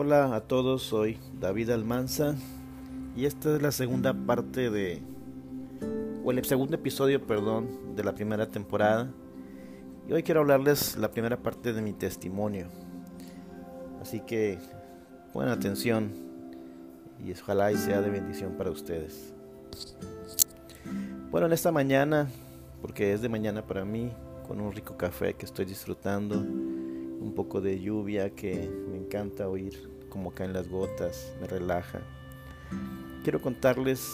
Hola a todos, soy David Almanza y esta es la segunda parte o el segundo episodio, perdón, de la primera temporada. Y hoy quiero hablarles la primera parte de mi testimonio. Así que pongan atención y ojalá y sea de bendición para ustedes. Bueno, en esta mañana, porque es de mañana para mí, con un rico café que estoy disfrutando, un poco de lluvia que me encanta oír como caen las gotas, me relaja. Quiero contarles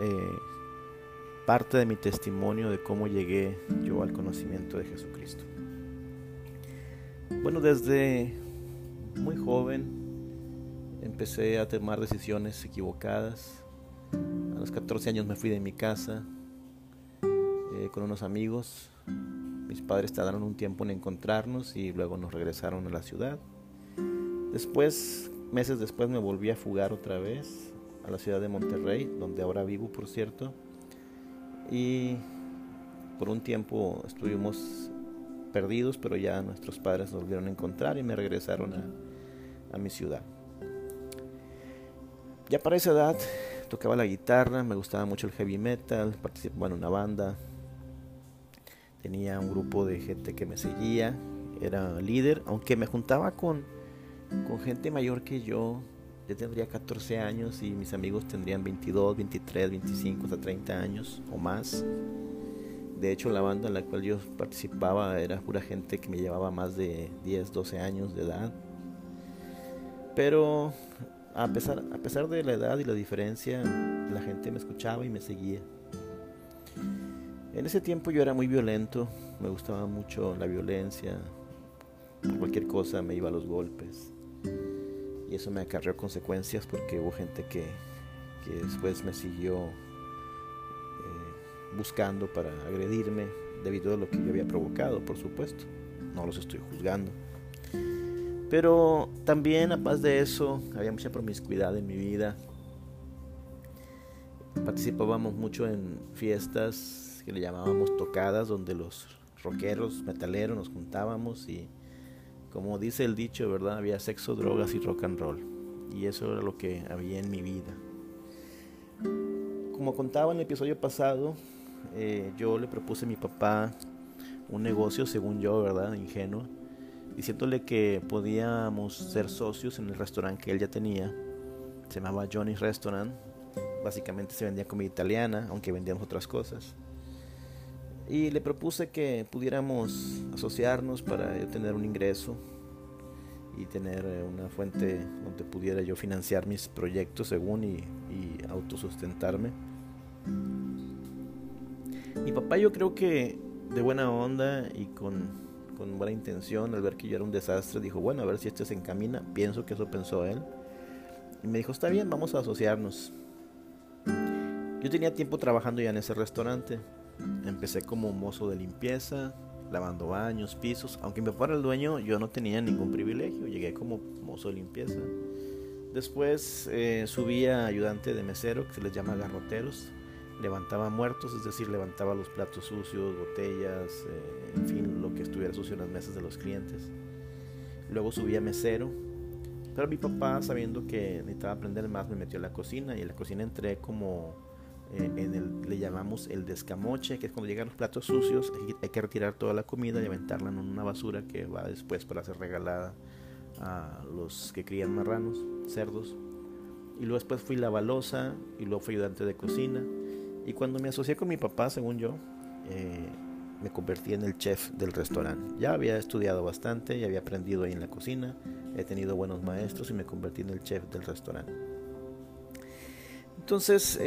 parte de mi testimonio de cómo llegué yo al conocimiento de Jesucristo. Bueno, desde muy joven empecé a tomar decisiones equivocadas. A los 14 años me fui de mi casa con unos amigos. Mis padres tardaron un tiempo en encontrarnos y luego nos regresaron a la ciudad. Después, meses después, me volví a fugar otra vez a la ciudad de Monterrey, donde ahora vivo, por cierto. Y por un tiempo estuvimos perdidos, pero ya nuestros padres nos volvieron a encontrar y me regresaron a mi ciudad. Ya para esa edad tocaba la guitarra, me gustaba mucho el heavy metal, participaba en una banda. Tenía un grupo de gente que me seguía, era líder, aunque me juntaba con gente mayor que yo. Yo tendría 14 años y mis amigos tendrían 22, 23, 25, hasta 30 años o más. De hecho, la banda en la cual yo participaba era pura gente que me llevaba más de 10, 12 años de edad. Pero a pesar de la edad y la diferencia, la gente me escuchaba y me seguía. En ese tiempo yo era muy violento, me gustaba mucho la violencia, por cualquier cosa me iba a los golpes. Y eso me acarreó consecuencias porque hubo gente que después me siguió buscando para agredirme debido a lo que yo había provocado, por supuesto. No los estoy juzgando. Pero también, aparte de eso, había mucha promiscuidad en mi vida. Participábamos mucho en fiestas que le llamábamos tocadas, donde los rockeros, metaleros nos juntábamos y, como dice el dicho, ¿verdad? Había sexo, drogas y rock and roll. Y eso era lo que había en mi vida. Como contaba en el episodio pasado, yo le propuse a mi papá un negocio, según yo, ¿verdad? Ingenuo, diciéndole que podíamos ser socios en el restaurante que él ya tenía. Se llamaba Johnny's Restaurant. Básicamente se vendía comida italiana, aunque vendíamos otras cosas. Y le propuse que pudiéramos asociarnos para yo tener un ingreso y tener una fuente donde pudiera yo financiar mis proyectos según y autosustentarme. Mi papá, yo creo que de buena onda y con buena intención, al ver que yo era un desastre, dijo, bueno, a ver si esto se encamina. Pienso que eso pensó él. Y me dijo, está bien, vamos a asociarnos. Yo tenía tiempo trabajando ya en ese restaurante. Empecé como mozo de limpieza, lavando baños, pisos. Aunque mi papá era el dueño, yo no tenía ningún privilegio. Llegué como mozo de limpieza. Después subí a ayudante de mesero, que se les llama garroteros. Levantaba muertos, es decir, levantaba los platos sucios, botellas, en fin, lo que estuviera sucio en las mesas de los clientes. Luego subí a mesero. Pero mi papá, sabiendo que necesitaba aprender más, me metió a la cocina. Y en la cocina entré como le llamamos el descamoche, que es cuando llegan los platos sucios, hay que retirar toda la comida y aventarla en una basura que va después para ser regalada a los que crían marranos, cerdos. Y luego después fui lavalosa y luego fui ayudante de cocina. Y cuando me asocié con mi papá, según yo, me convertí en el chef del restaurante. Ya había estudiado bastante, ya había aprendido ahí en la cocina, he tenido buenos maestros y me convertí en el chef del restaurante. Entonces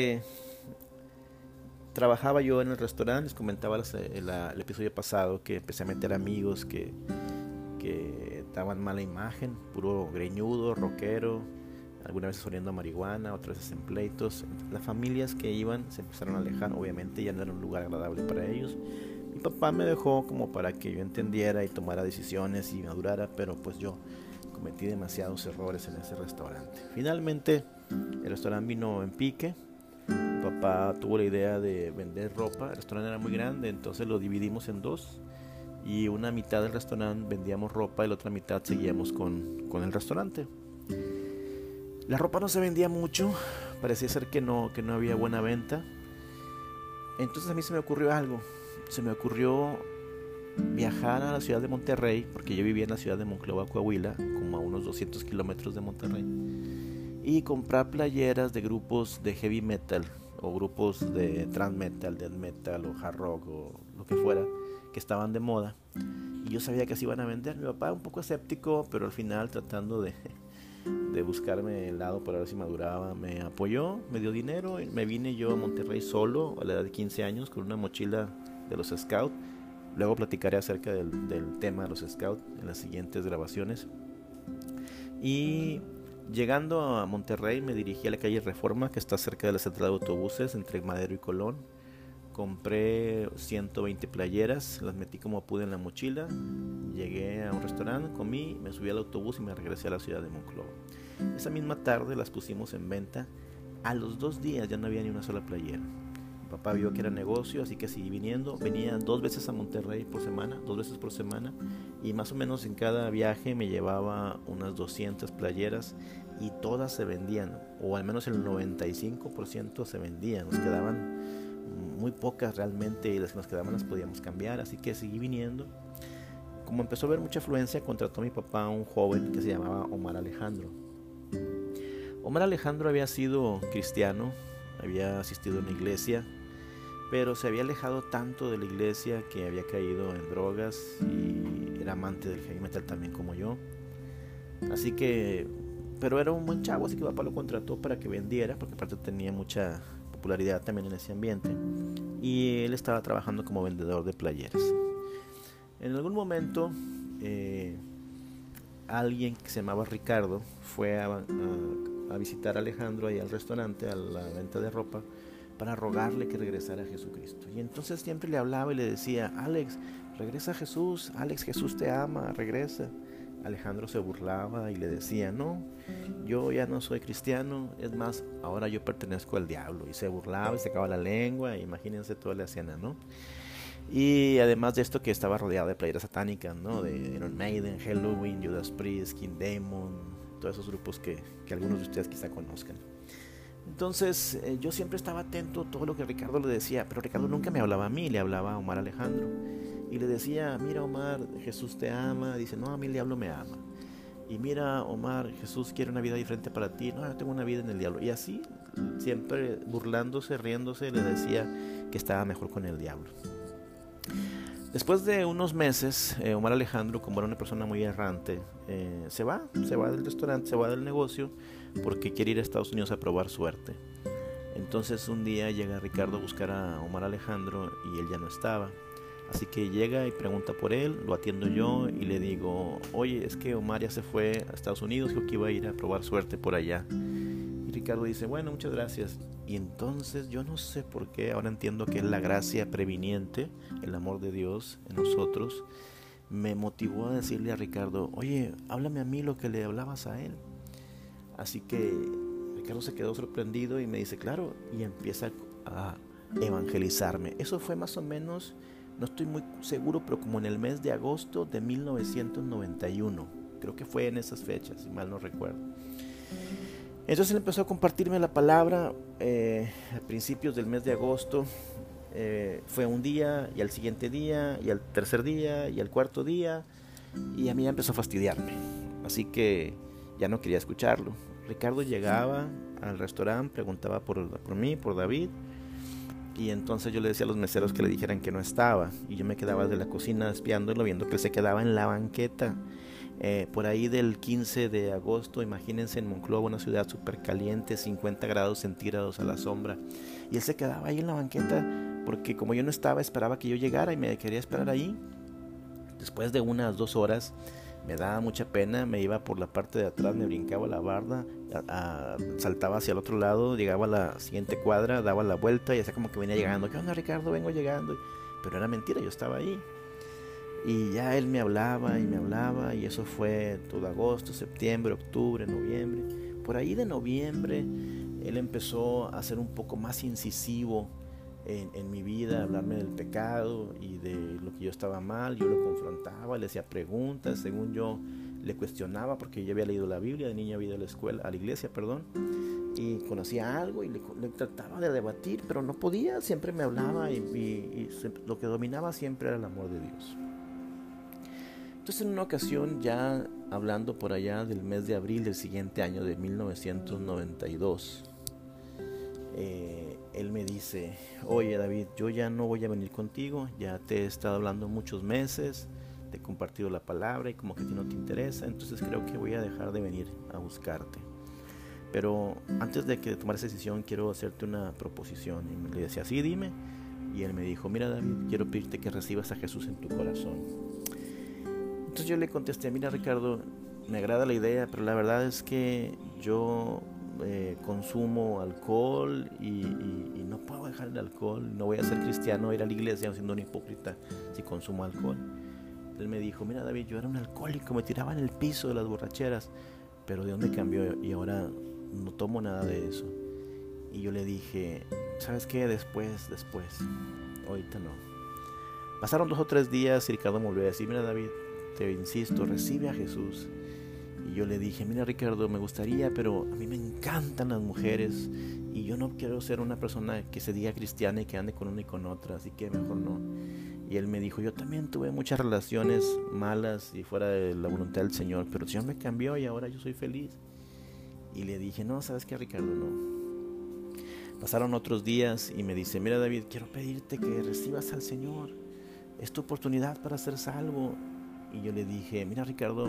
trabajaba yo en el restaurante. Les comentaba el episodio pasado que empecé a meter amigos que daban mala imagen, puro greñudo, rockero, algunas veces oliendo a marihuana, otras veces en pleitos. Las familias que iban se empezaron a alejar, obviamente ya no era un lugar agradable para ellos. Mi papá me dejó como para que yo entendiera y tomara decisiones y madurara, pero pues yo cometí demasiados errores en ese restaurante. Finalmente el restaurante vino en pique. Mi papá tuvo la idea de vender ropa. El restaurante era muy grande, entonces lo dividimos en dos. Y una mitad del restaurante vendíamos ropa y la otra mitad seguíamos con el restaurante. La ropa no se vendía mucho, parecía ser que no había buena venta. Entonces a mí se me ocurrió algo. Se me ocurrió viajar a la ciudad de Monterrey, porque yo vivía en la ciudad de Monclova, Coahuila, como a unos 200 kilómetros de Monterrey, y comprar playeras de grupos de heavy metal o grupos de thrash metal, death metal o hard rock o lo que fuera, que estaban de moda. Y yo sabía que se iban a vender. Mi papá un poco escéptico, pero al final tratando de buscarme el lado para ver si maduraba, me apoyó, me dio dinero y me vine yo a Monterrey solo a la edad de 15 años con una mochila de los Scouts. Luego platicaré acerca del tema de los Scouts en las siguientes grabaciones. Y llegando a Monterrey me dirigí a la calle Reforma, que está cerca de la central de autobuses entre Madero y Colón. Compré 120 playeras, las metí como pude en la mochila. Llegué a un restaurante, comí, me subí al autobús y me regresé a la ciudad de Monclova. Esa misma tarde las pusimos en venta. A los 2 días ya no había ni una sola playera. Mi papá vio que era negocio, así que seguí viniendo. Venía 2 veces a Monterrey por semana, 2 veces por semana. Y más o menos en cada viaje me llevaba unas 200 playeras y todas se vendían, o al menos el 95% se vendían. Nos quedaban muy pocas realmente y las que nos quedaban las podíamos cambiar, así que seguí viniendo. Como empezó a haber mucha afluencia, contrató a mi papá a un joven que se llamaba Omar Alejandro. Omar Alejandro había sido cristiano, había asistido a una iglesia, pero se había alejado tanto de la iglesia que había caído en drogas y era amante del heavy metal también como yo. Así que, pero era un buen chavo, así que papá lo contrató para que vendiera, porque aparte tenía mucha popularidad también en ese ambiente, y él estaba trabajando como vendedor de playeras. En algún momento alguien que se llamaba Ricardo fue a visitar a Alejandro ahí al restaurante, a la venta de ropa, para rogarle que regresara a Jesucristo. Y entonces siempre le hablaba y le decía: Alex, regresa a Jesús, Alex, Jesús te ama, regresa. Alejandro se burlaba y le decía: no, yo ya no soy cristiano, es más, ahora yo pertenezco al diablo. Y se burlaba y sacaba la lengua, imagínense toda la escena, ¿no? Y además de esto, que estaba rodeado de playeras satánicas, ¿no? De Iron Maiden, Halloween, Judas Priest, King Demon, todos esos grupos que algunos de ustedes quizá conozcan. Entonces yo siempre estaba atento a todo lo que Ricardo le decía, pero Ricardo nunca me hablaba a mí, le hablaba a Omar Alejandro. Y le decía: mira, Omar, Jesús te ama. Dice: no, a mí el diablo me ama. Y mira, Omar, Jesús quiere una vida diferente para ti. No, yo tengo una vida en el diablo. Y así, siempre burlándose, riéndose, le decía que estaba mejor con el diablo. Después de unos meses, Omar Alejandro, como era una persona muy errante, se va del restaurante, se va del negocio, porque quiere ir a Estados Unidos a probar suerte. Entonces un día llega Ricardo a buscar a Omar Alejandro y él ya no estaba. Así que llega y pregunta por él, lo atiendo yo y le digo: oye, es que Omar ya se fue a Estados Unidos, dijo que iba a ir a probar suerte por allá. Y Ricardo dice: bueno, muchas gracias. Y entonces yo no sé por qué, ahora entiendo que es la gracia previniente, el amor de Dios en nosotros, me motivó a decirle a Ricardo: oye, háblame a mí lo que le hablabas a él. Así que Ricardo se quedó sorprendido y me dice: claro, y empieza a evangelizarme. Eso fue más o menos, no estoy muy seguro, pero como en el mes de agosto de 1991. Creo que fue en esas fechas, si mal no recuerdo. Entonces él empezó a compartirme la palabra a principios del mes de agosto. Fue un día, y al siguiente día, y al tercer día, y al cuarto día, y a mí ya empezó a fastidiarme. Así que ya no quería escucharlo. Ricardo llegaba al restaurante, preguntaba por mí, por David, y entonces yo le decía a los meseros que le dijeran que no estaba, y yo me quedaba de la cocina espiándolo, viendo que él se quedaba en la banqueta. Por ahí del 15 de agosto, imagínense, en Monclova, una ciudad súper caliente, 50 grados centígrados a la sombra, y él se quedaba ahí en la banqueta, porque como yo no estaba, esperaba que yo llegara y me quería esperar ahí. Después de unas 2 horas, me daba mucha pena, me iba por la parte de atrás, me brincaba la barda, saltaba hacia el otro lado, llegaba a la siguiente cuadra, daba la vuelta y hacía como que venía llegando. ¿Qué onda, Ricardo? Vengo llegando. Pero era mentira, yo estaba ahí. Y ya él me hablaba y eso fue todo agosto, septiembre, octubre, noviembre. Por ahí de noviembre él empezó a ser un poco más incisivo en mi vida, a hablarme del pecado y de lo que yo estaba mal. Yo lo confrontaba, le hacía preguntas, según yo le cuestionaba porque yo había leído la Biblia, de niño había ido a la iglesia, y conocía algo y le trataba de debatir, pero no podía, siempre me hablaba y lo que dominaba siempre era el amor de Dios. Entonces en una ocasión, ya hablando por allá del mes de abril del siguiente año de 1992, él me dice: oye David, yo ya no voy a venir contigo, ya te he estado hablando muchos meses, te he compartido la palabra y como que a ti no te interesa, entonces creo que voy a dejar de venir a buscarte. Pero antes de que tomar esa decisión, quiero hacerte una proposición. Y le decía: sí, dime. Y él me dijo: mira David, quiero pedirte que recibas a Jesús en tu corazón. Entonces yo le contesté: mira Ricardo, me agrada la idea, pero la verdad es que yo consumo alcohol y no puedo dejar el alcohol, no voy a ser cristiano, ir a la iglesia siendo un hipócrita si consumo alcohol. Él me dijo: mira David, yo era un alcohólico, me tiraba en el piso de las borracheras, pero ¿de dónde cambió? Y ahora no tomo nada de eso. Y yo le dije: ¿sabes qué? Después, ahorita no. Pasaron 2 o 3 días y Ricardo me volvió a decir: mira David, te insisto, recibe a Jesús. Y yo le dije: mira Ricardo, me gustaría, pero a mí me encantan las mujeres y yo no quiero ser una persona que se diga cristiana y que ande con una y con otra, así que mejor no. Y él me dijo: yo también tuve muchas relaciones malas y fuera de la voluntad del Señor, pero el Señor me cambió y ahora yo soy feliz. Y le dije: no, ¿sabes qué, Ricardo? No. Pasaron otros días y me dice: mira David, quiero pedirte que recibas al Señor, es tu oportunidad para ser salvo. Y yo le dije: mira Ricardo,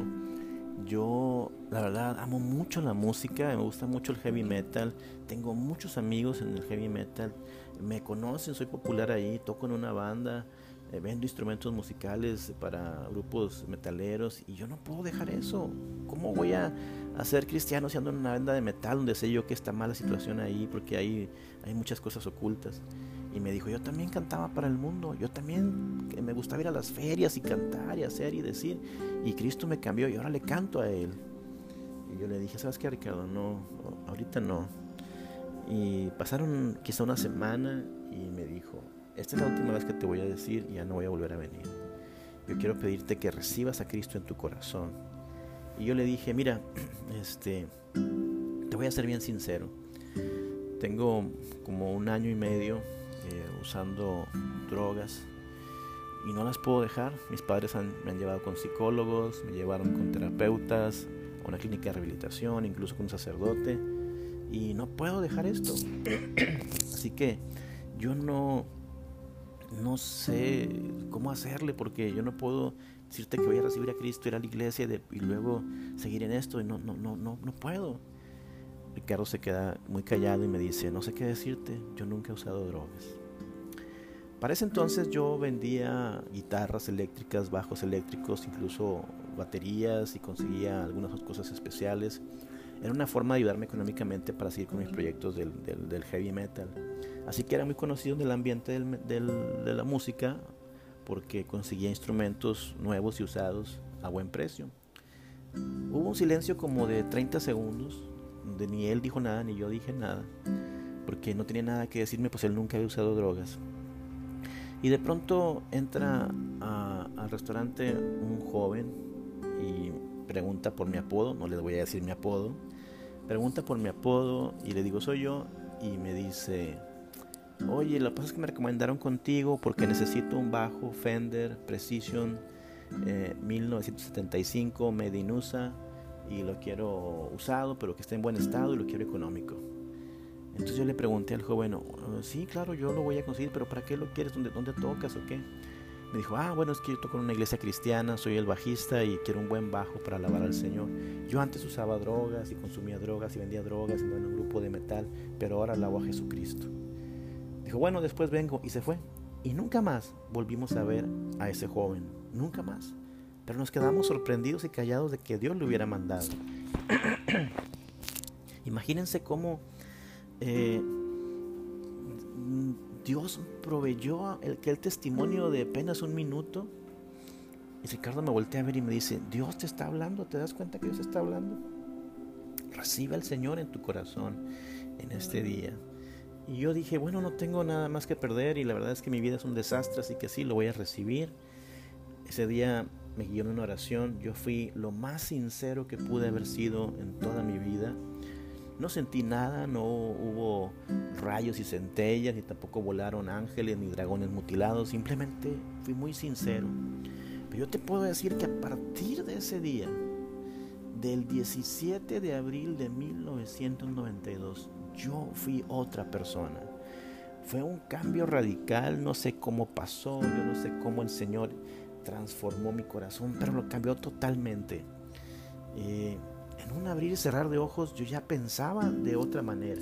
yo la verdad amo mucho la música, me gusta mucho el heavy metal, tengo muchos amigos en el heavy metal, me conocen, soy popular ahí, toco en una banda, vendo instrumentos musicales para grupos metaleros y yo no puedo dejar eso. ¿Cómo voy a ser cristiano si ando en una banda de metal donde sé yo que está mala situación ahí porque hay muchas cosas ocultas? Y me dijo: yo también cantaba para el mundo, yo también me gustaba ir a las ferias y cantar y hacer y decir, y Cristo me cambió y ahora le canto a Él. Y yo le dije: ¿sabes qué, Ricardo? No, ahorita no. Y pasaron quizá una semana y me dijo: esta es la última vez que te voy a decir y ya no voy a volver a venir. Yo quiero pedirte que recibas a Cristo en tu corazón. Y yo le dije: mira, te voy a ser bien sincero. Tengo como 1 año y medio usando drogas y no las puedo dejar. Mis padres me han llevado con psicólogos, me llevaron con terapeutas, a una clínica de rehabilitación, incluso con un sacerdote, y no puedo dejar esto. Así que yo no sé cómo hacerle, porque yo no puedo decirte que voy a recibir a Cristo, ir a la iglesia y luego seguir en esto, y no puedo. Ricardo se queda muy callado y me dice: no sé qué decirte, yo nunca he usado drogas. Para ese entonces yo vendía guitarras eléctricas, bajos eléctricos, incluso baterías, y conseguía algunas cosas especiales. Era una forma de ayudarme económicamente para seguir con mis proyectos del heavy metal. Así que era muy conocido en el ambiente de la música porque conseguía instrumentos nuevos y usados a buen precio. Hubo un silencio como de 30 segundos, donde ni él dijo nada ni yo dije nada, porque no tenía nada que decirme, pues él nunca había usado drogas. Y de pronto entra al restaurante un joven y pregunta por mi apodo. No le voy a decir mi apodo. Pregunta por mi apodo y le digo: soy yo. Y me dice: oye, lo que pasa es que me recomendaron contigo porque necesito un bajo Fender Precision 1975 Made in USA, y lo quiero usado pero que esté en buen estado y lo quiero económico. Entonces yo le pregunté al joven: sí, claro, yo lo voy a conseguir, pero ¿para qué lo quieres? ¿Dónde tocas o qué? Me dijo: bueno, es que yo toco en una iglesia cristiana, soy el bajista y quiero un buen bajo para alabar al Señor. Yo antes usaba drogas y consumía drogas y vendía drogas en un grupo de metal, pero ahora alabo a Jesucristo. Dijo: bueno, después vengo, y se fue. Y nunca más volvimos a ver a ese joven, nunca más. Pero nos quedamos sorprendidos y callados de que Dios le hubiera mandado. Imagínense cómo Dios proveyó el testimonio de apenas 1 minuto. Y Ricardo me voltea a ver y me dice: Dios te está hablando, ¿te das cuenta que Dios está hablando? Recibe al Señor en tu corazón en este día. Y yo dije: bueno, no tengo nada más que perder y la verdad es que mi vida es un desastre, así que sí, lo voy a recibir. Ese día me guió en una oración. Yo fui lo más sincero que pude haber sido en toda mi vida. No sentí nada, no hubo rayos y centellas, ni tampoco volaron ángeles ni dragones mutilados. Simplemente fui muy sincero. Pero yo te puedo decir que a partir de ese día, del 17 de abril de 1992, yo fui otra persona. Fue un cambio radical, no sé cómo pasó, yo no sé cómo el Señor transformó mi corazón, pero lo cambió totalmente. En un abrir y cerrar de ojos yo ya pensaba de otra manera.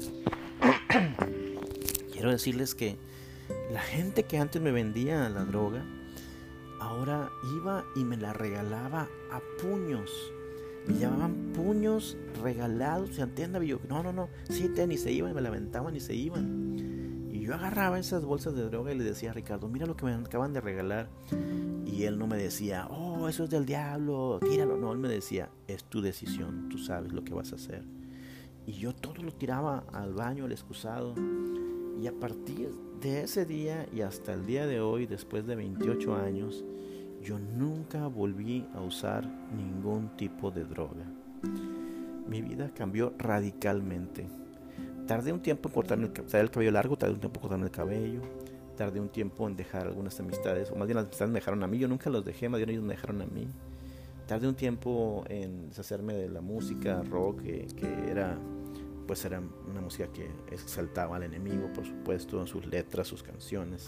Quiero decirles que la gente que antes me vendía la droga, ahora iba y me la regalaba a puños. Me llevaban puños regalados. ¿Se entiende? Yo, no, sí, y se iban, me la aventaban y se iban. Y yo agarraba esas bolsas de droga y le decía a Ricardo, mira lo que me acaban de regalar. Y él no me decía, oh, eso es del diablo, tíralo. No, él me decía, es tu decisión, tú sabes lo que vas a hacer. Y yo todo lo tiraba al baño, al excusado. Y a partir de ese día y hasta el día de hoy, después de 28 años, yo nunca volví a usar ningún tipo de droga. Mi vida cambió radicalmente. Tardé un tiempo en cortarme el cabello largo, tardé un tiempo en cortarme el cabello, tardé un tiempo en dejar algunas amistades, o más bien las amistades me dejaron a mí, yo nunca los dejé, más bien ellos me dejaron a mí. Tardé un tiempo en deshacerme de la música rock, que era una música que exaltaba al enemigo, por supuesto, en sus letras, sus canciones.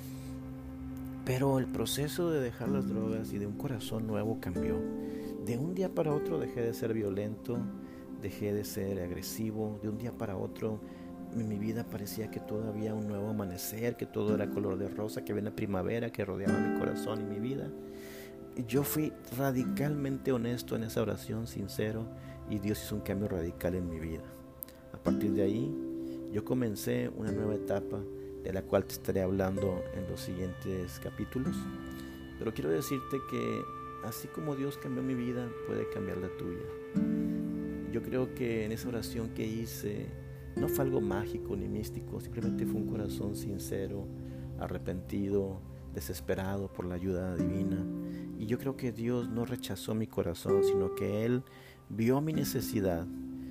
Pero el proceso de dejar las drogas y de un corazón nuevo cambió. De un día para otro dejé de ser violento, dejé de ser agresivo. De un día para otro en mi vida parecía que todo había un nuevo amanecer, que todo era color de rosa, que había una primavera que rodeaba mi corazón y mi vida. Yo fui radicalmente honesto en esa oración, sincero, y Dios hizo un cambio radical en mi vida. A partir de ahí, yo comencé una nueva etapa de la cual te estaré hablando en los siguientes capítulos. Pero quiero decirte que así como Dios cambió mi vida, puede cambiar la tuya. Yo creo que en esa oración que hice no fue algo mágico ni místico, simplemente fue un corazón sincero, arrepentido, desesperado por la ayuda divina. Y yo creo que Dios no rechazó mi corazón, sino que Él vio mi necesidad,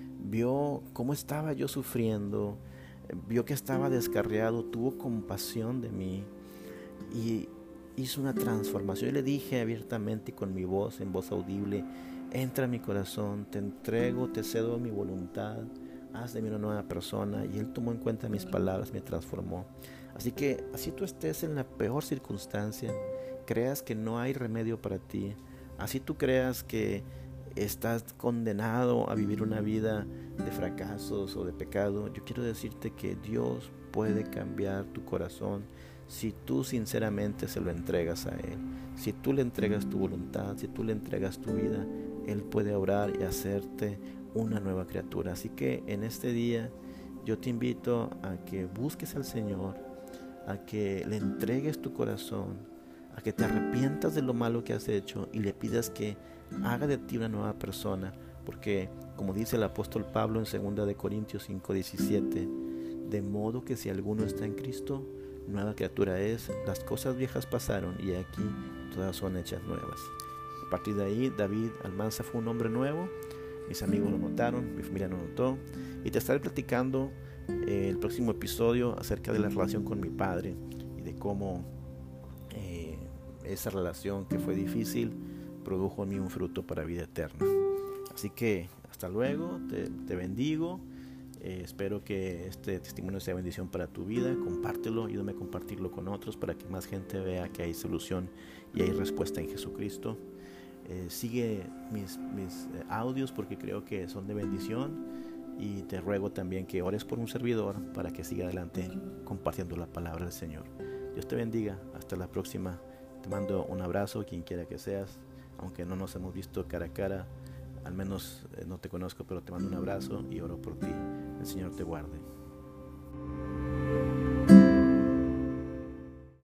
vio cómo estaba yo sufriendo, vio que estaba descarriado, tuvo compasión de mí y hizo una transformación. Yo le dije abiertamente con mi voz, en voz audible, entra a mi corazón, te entrego, te cedo mi voluntad, haz de mí una nueva persona. Y Él tomó en cuenta mis palabras, me transformó. Así que así tú estés en la peor circunstancia, creas que no hay remedio para ti, así tú creas que estás condenado a vivir una vida de fracasos o de pecado, yo quiero decirte que Dios puede cambiar tu corazón si tú sinceramente se lo entregas a Él. Si tú le entregas tu voluntad, si tú le entregas tu vida, Él puede obrar y hacerte una nueva criatura. Así que en este día yo te invito a que busques al Señor, a que le entregues tu corazón, a que te arrepientas de lo malo que has hecho y le pidas que haga de ti una nueva persona, porque como dice el apóstol Pablo en 2 Corintios 5:17, de modo que si alguno está en Cristo, nueva criatura es, las cosas viejas pasaron y aquí todas son hechas nuevas. A partir de ahí David Almanza fue un hombre nuevo, mis amigos lo notaron, mi familia lo notó, y te estaré platicando el próximo episodio acerca de la relación con mi padre y de cómo esa relación que fue difícil produjo en mí un fruto para vida eterna. Así que hasta luego, te bendigo, espero que este testimonio sea bendición para tu vida. Compártelo, ayúdame a compartirlo con otros para que más gente vea que hay solución y hay respuesta en Jesucristo. Sigue mis audios porque creo que son de bendición, y te ruego también que ores por un servidor para que siga adelante compartiendo la palabra del Señor. Dios te bendiga, hasta la próxima. Te mando un abrazo, quien quiera que seas, aunque no nos hemos visto cara a cara, al menos no te conozco, pero te mando un abrazo y oro por ti. El Señor te guarde.